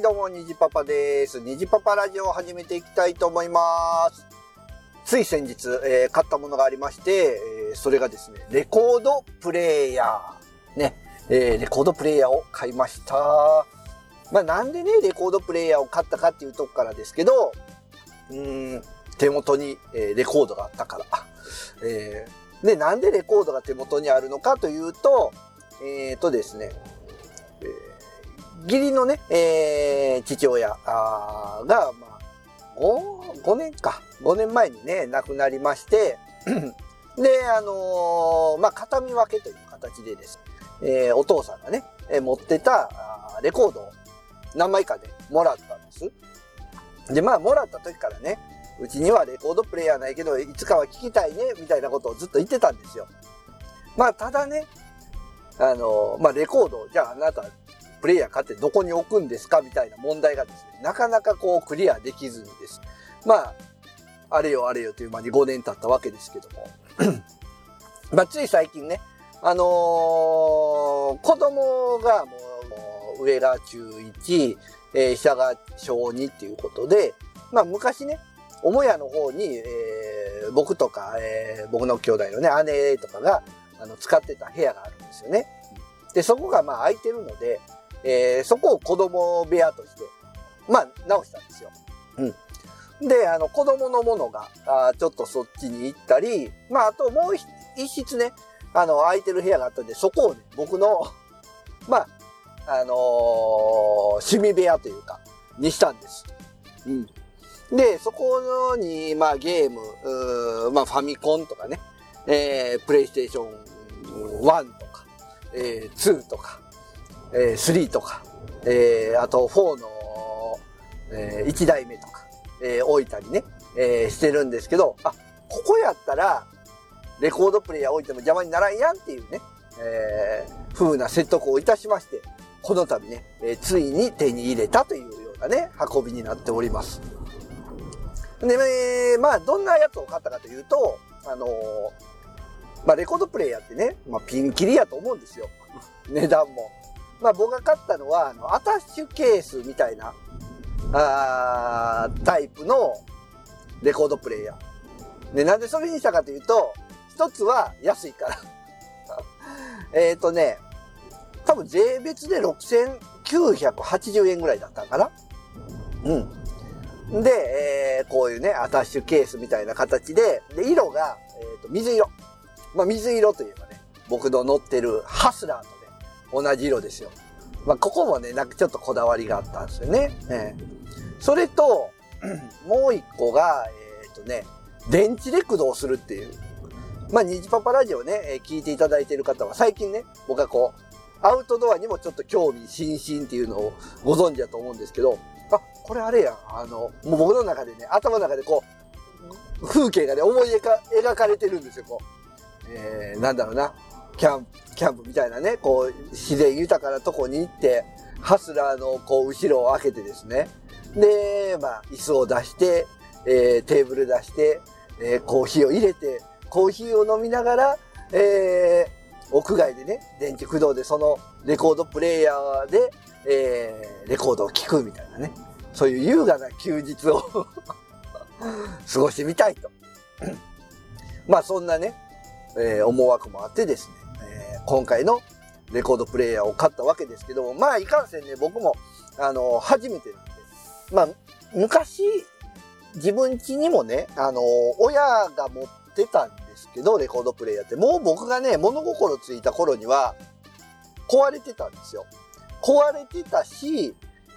どうも、にじパパです。にじパパラジオを始めていきたいと思います。つい先日、買ったものがありまして、それがですね、レコードプレイヤー。ね、レコードプレイヤーを買いました。まあ、なんでね、レコードプレイヤーを買ったかっていうとこからですけど、手元に、レコードがあったから。で、なんでレコードが手元にあるのかというと、ですね、義理のね、父親が、まあ、5年前にね、亡くなりまして、で、まあ、形見分けという形でです、お父さんがね、持ってたレコードを何枚かでもらったんです。で、まあ、もらった時からね、うちにはレコードプレイヤーないけど、いつかは聞きたいね、みたいなことをずっと言ってたんですよ。まあ、ただね、まあ、レコードを、じゃああなた、プレイヤー買ってどこに置くんですかみたいな問題がですね、なかなかこうクリアできずにです。まあ、あれよという間に5年経ったわけですけども。まあ、つい最近ね、子供がもう、上が中1、下が小2っていうことで、まあ昔ね、母屋の方に、僕とか、僕の兄弟のね、姉とかが、使ってた部屋があるんですよね。で、そこがまあ空いてるので、そこを子供部屋として、まあ直したんですよ。で、子供のものが、ちょっとそっちに行ったり、まああともう一室ね、空いてる部屋があったんで、そこをね、僕の、まあ、趣味部屋というか、にしたんです。で、そこに、まあゲーム、まあファミコンとかね、プレイステーション1とか、2とか、3とか、あと4の、1代目とか、置いたりね、してるんですけど、ここやったら、レコードプレイヤー置いても邪魔にならんやんっていうね、風な説得をいたしまして、この度ね、ついに手に入れたというようなね、運びになっております。で、まあ、どんなやつを買ったかというと、まあ、レコードプレイヤーってね、まあ、ピンキリやと思うんですよ。値段も。まあ、僕が買ったのは、アタッシュケースみたいな、タイプのレコードプレイヤー。で、なんでそれにしたかというと、一つは安いから。多分税別で6980円ぐらいだったかな。で、こういうね、アタッシュケースみたいな形で、で、色が、水色。まあ、水色といえばね、僕の乗ってるハスラーとね、同じ色ですよ。まあ、ここもね、なんかちょっとこだわりがあったんですよね。それと、もう一個が、電池で駆動するっていう。まあ、ニジパパラジオね、聞いていただいている方は、最近ね、僕はこう、アウトドアにもちょっと興味津々っていうのをご存知だと思うんですけど、これあれやん。もう僕の中でね、頭の中でこう、風景がね、思い描かれてるんですよ、こう。なんだろうな。キャンプみたいなね、こう、自然豊かなとこに行って、ハスラーのこう、後ろを開けてですね。で、まあ、椅子を出して、テーブル出して、コーヒーを入れて、コーヒーを飲みながら、屋外でね、電池駆動でそのレコードプレイヤーで、レコードを聴くみたいなね。そういう優雅な休日を過ごしてみたいと。まあそんなね、思惑もあってですね、今回のレコードプレイヤーを買ったわけですけども、まあいかんせんね、僕も、初めてなんで、まあ昔、自分家にもね、親が持ってたんですけど、レコードプレイヤーって、もう僕がね、物心ついた頃には、壊れてたんですよ。壊れてたし、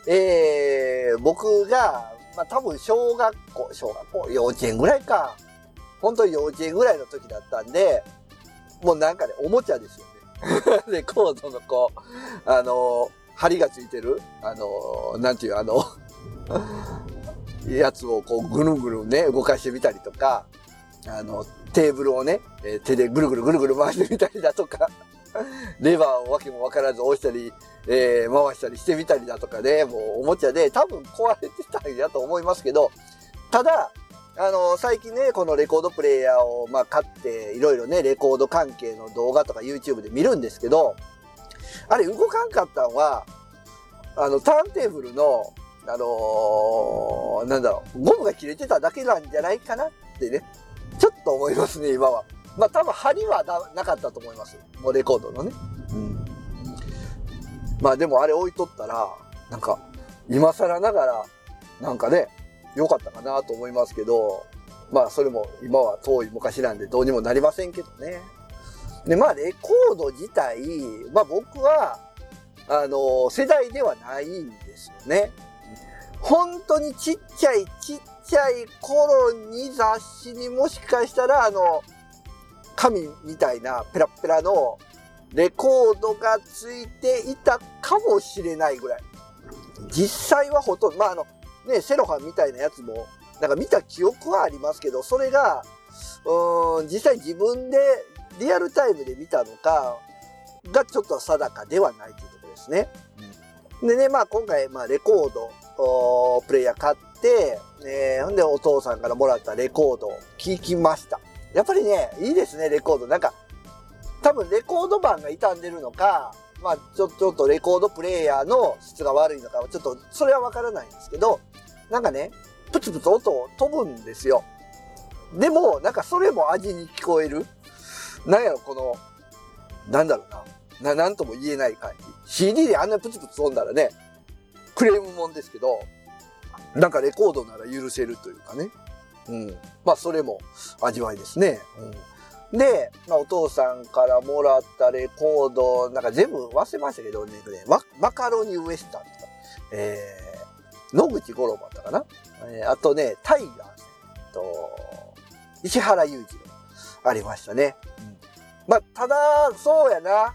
僕が、まあ多分小学校、幼稚園ぐらいか。本当に幼稚園ぐらいの時だったんで、もうなんかね、おもちゃですよね。レコードのこう、針がついてる、なんていう、やつをこうぐるぐるね、動かしてみたりとか、テーブルをね、手でぐるぐる回してみたりだとか、レバーをわけもわからず押したり、回したりしてみたりだとかね、もうおもちゃで多分壊れてたんやと思いますけど、ただ、最近ね、このレコードプレイヤーを、まあ、買って、いろいろね、レコード関係の動画とか YouTube で見るんですけど、あれ動かんかったんは、ターンテーブルの、 なんだろう、ゴムが切れてただけなんじゃないかなってね、ちょっと思いますね、今は。まあ多分針はなかったと思います。もうレコードのね。うん。まあでもあれ置いとったら、なんか、今更ながら、なんかね、良かったかなと思いますけど、まあそれも今は遠い昔なんでどうにもなりませんけどね。で、まあレコード自体、まあ僕は、世代ではないんですよね。本当にちっちゃい頃に雑誌にもしかしたら紙みたいなペラペラのレコードがついていたかもしれないぐらい。実際はほとんど、まあね、セロハンみたいなやつも、なんか見た記憶はありますけど、それが、実際自分でリアルタイムで見たのか、がちょっと定かではないというところですね。でね、まあ今回、まあレコード、プレイヤー買って、ほんでお父さんからもらったレコードを聴きました。やっぱりね、いいですね、レコード。なんか、多分レコード盤が傷んでるのか、まあちょっとレコードプレイヤーの質が悪いのか、ちょっとそれはわからないんですけど、なんかね、プツプツ音飛ぶんですよ。でも、なんかそれも味に聞こえる。なんやろ、なんだろうな。なんとも言えない感じ。CD であんなプツプツ飛んだらね、クレームもんですけど、なんかレコードなら許せるというかね。うん。まあそれも味わいですね。うん。で、まあお父さんからもらったレコード、なんか全部忘れましたけどね、マカロニウエスタンとか、野口五郎もあったかな。あとね、タイガースと、石原裕次郎ありましたね。うん、まあ、ただ、そうやな。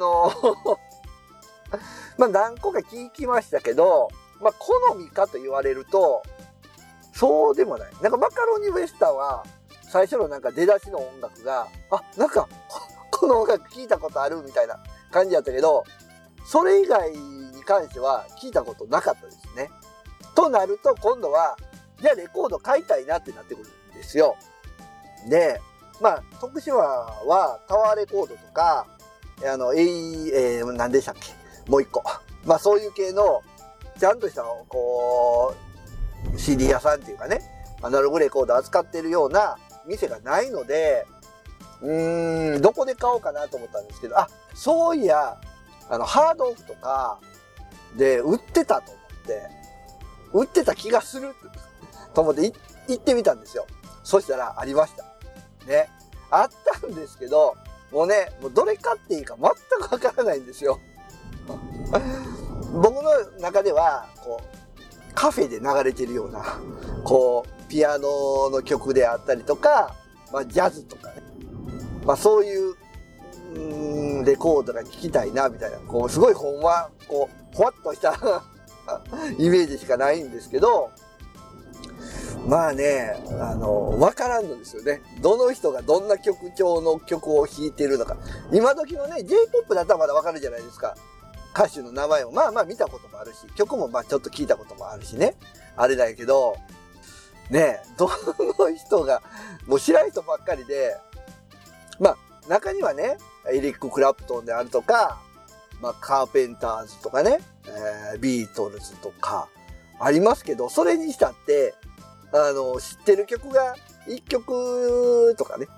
まあ、何個か聞きましたけど、まあ、好みかと言われると、そうでもない。なんかマカロニウエスタンは、最初のなんか出だしの音楽が、なんか、この音楽聞いたことあるみたいな感じだったけど、それ以外に関しては聞いたことなかったですね。となると、今度は、じゃあレコード買いたいなってなってくるんですよ。で、まあ、徳島はタワーレコードとか、何でしたっけ？もう一個。まあ、そういう系の、ちゃんとした、CD 屋さんっていうかね、アナログレコード扱ってるような店がないので、どこで買おうかなと思ったんですけど、そういや、ハードオフとかで売ってたと思って、売ってた気がすると思って行ってみたんですよ。そしたらありました。ね。あったんですけど、もうどれ買っていいか全くわからないんですよ。僕の中では、カフェで流れてるような、ピアノの曲であったりとか、まあ、ジャズとかね。まあ、そういう、レコードが聴きたいな、みたいな。すごいほわっとしたイメージしかないんですけど、まあね、わからんのですよね。どの人がどんな曲調の曲を弾いてるのか。今時のね、J-POP だったらまだわかるじゃないですか。歌手の名前もまあまあ見たこともあるし、曲もまあちょっと聞いたこともあるしね。あれだけど、ね、どの人が、もう知らん人ばっかりで、まあ中にはね、エリック・クラプトンであるとか、まあカーペンターズとかね、ビートルズとかありますけど、それにしたって、知ってる曲が1曲とかね。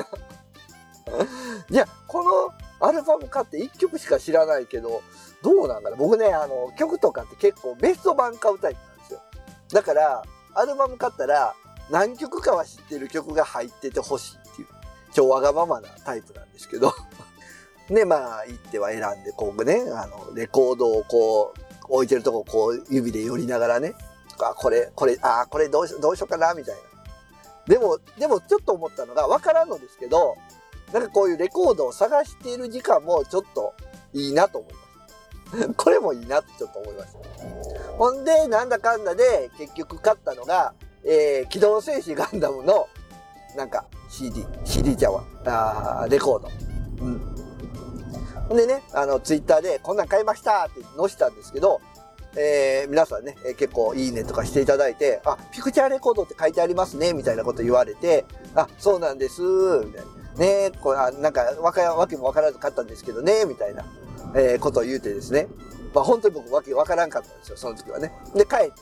じゃあ、このアルバム買って1曲しか知らないけど、どうなんかな。僕ね、曲とかって結構ベスト版買うタイプなんですよ。だから、アルバム買ったら何曲かは知ってる曲が入っててほしいっていう、超わがままなタイプなんですけど。で、まあ、行っては選んで、レコードを置いてるとこ指で寄りながらね、これどうしようかな、みたいな。でもちょっと思ったのが、わからんのですけど、なんかこういうレコードを探している時間もちょっといいなと思いました。これもいいなってちょっと思いました。ほんで、なんだかんだで結局買ったのが、機動戦士ガンダムの、なんか CD ちゃうわ。レコード。うん。ほんでね、ツイッターでこんなん買いましたって載せたんですけど、皆さんね、結構いいねとかしていただいて、ピクチャーレコードって書いてありますね、みたいなこと言われて、そうなんです、みたいな。ね、なんか、わけもわからず買ったんですけどね、みたいな、ことを言うてですね。 まあ本当に僕わけわからんかったんですよ、その時はね。で、帰って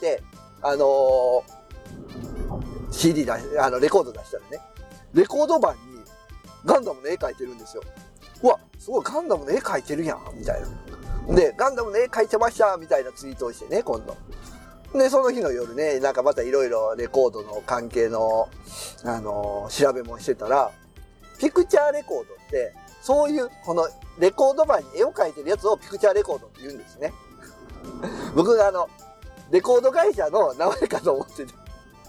、CD レコード出したらね、レコード版にガンダムの絵描いてるんですよ。うわ、すごいガンダムの絵描いてるやん、みたいな。で、ガンダムの絵描いてました、みたいなツイートをしてね、今度。で、その日の夜ね、なんかまたいろいろレコードの関係の、調べ物してたら、ピクチャーレコードって、そういう、このレコード版に絵を描いてるやつをピクチャーレコードって言うんですね。僕がレコード会社の名前かと思ってて。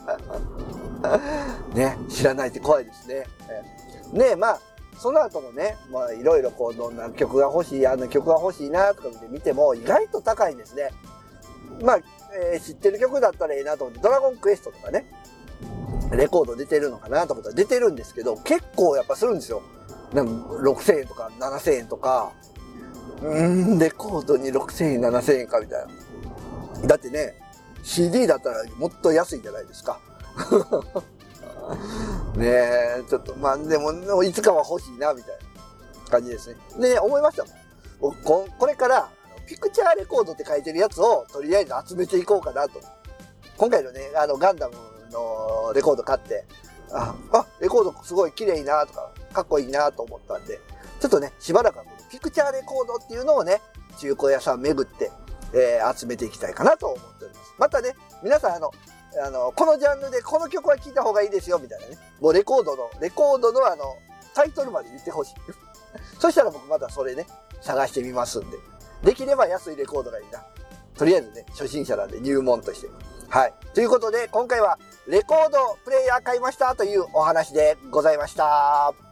ね、知らないって怖いですね。ね、まあ、その後もね、まあいろいろこう、どんな曲が欲しい、あの曲が欲しいなとか見ても意外と高いんですね。まあ、知ってる曲だったらいいなと思って、ドラゴンクエストとかね、レコード出てるのかなと思ったら出てるんですけど、結構やっぱするんですよ。6000円とか7000円とか、レコードに6000円7000円かみたいな。だってね、CD だったらもっと安いじゃないですか。ねえ、ちょっと、まあでも、いつかは欲しいな、みたいな感じですね。で、思いましたもん。これから、ピクチャーレコードって書いてるやつを、とりあえず集めていこうかなと。今回のね、ガンダムのレコード買って、レコードすごい綺麗なとか、かっこいいなと思ったんで、ちょっとね、しばらくはピクチャーレコードっていうのをね、中古屋さん巡って、集めていきたいかなと思っております。またね、皆さんこのジャンルでこの曲は聴いた方がいいですよ、みたいなね。もうレコードのタイトルまで言ってほしい。そしたら僕またそれね、探してみますんで。できれば安いレコードがいいな。とりあえずね、初心者なんで入門として。はい。ということで、今回はレコードプレイヤー買いましたというお話でございました。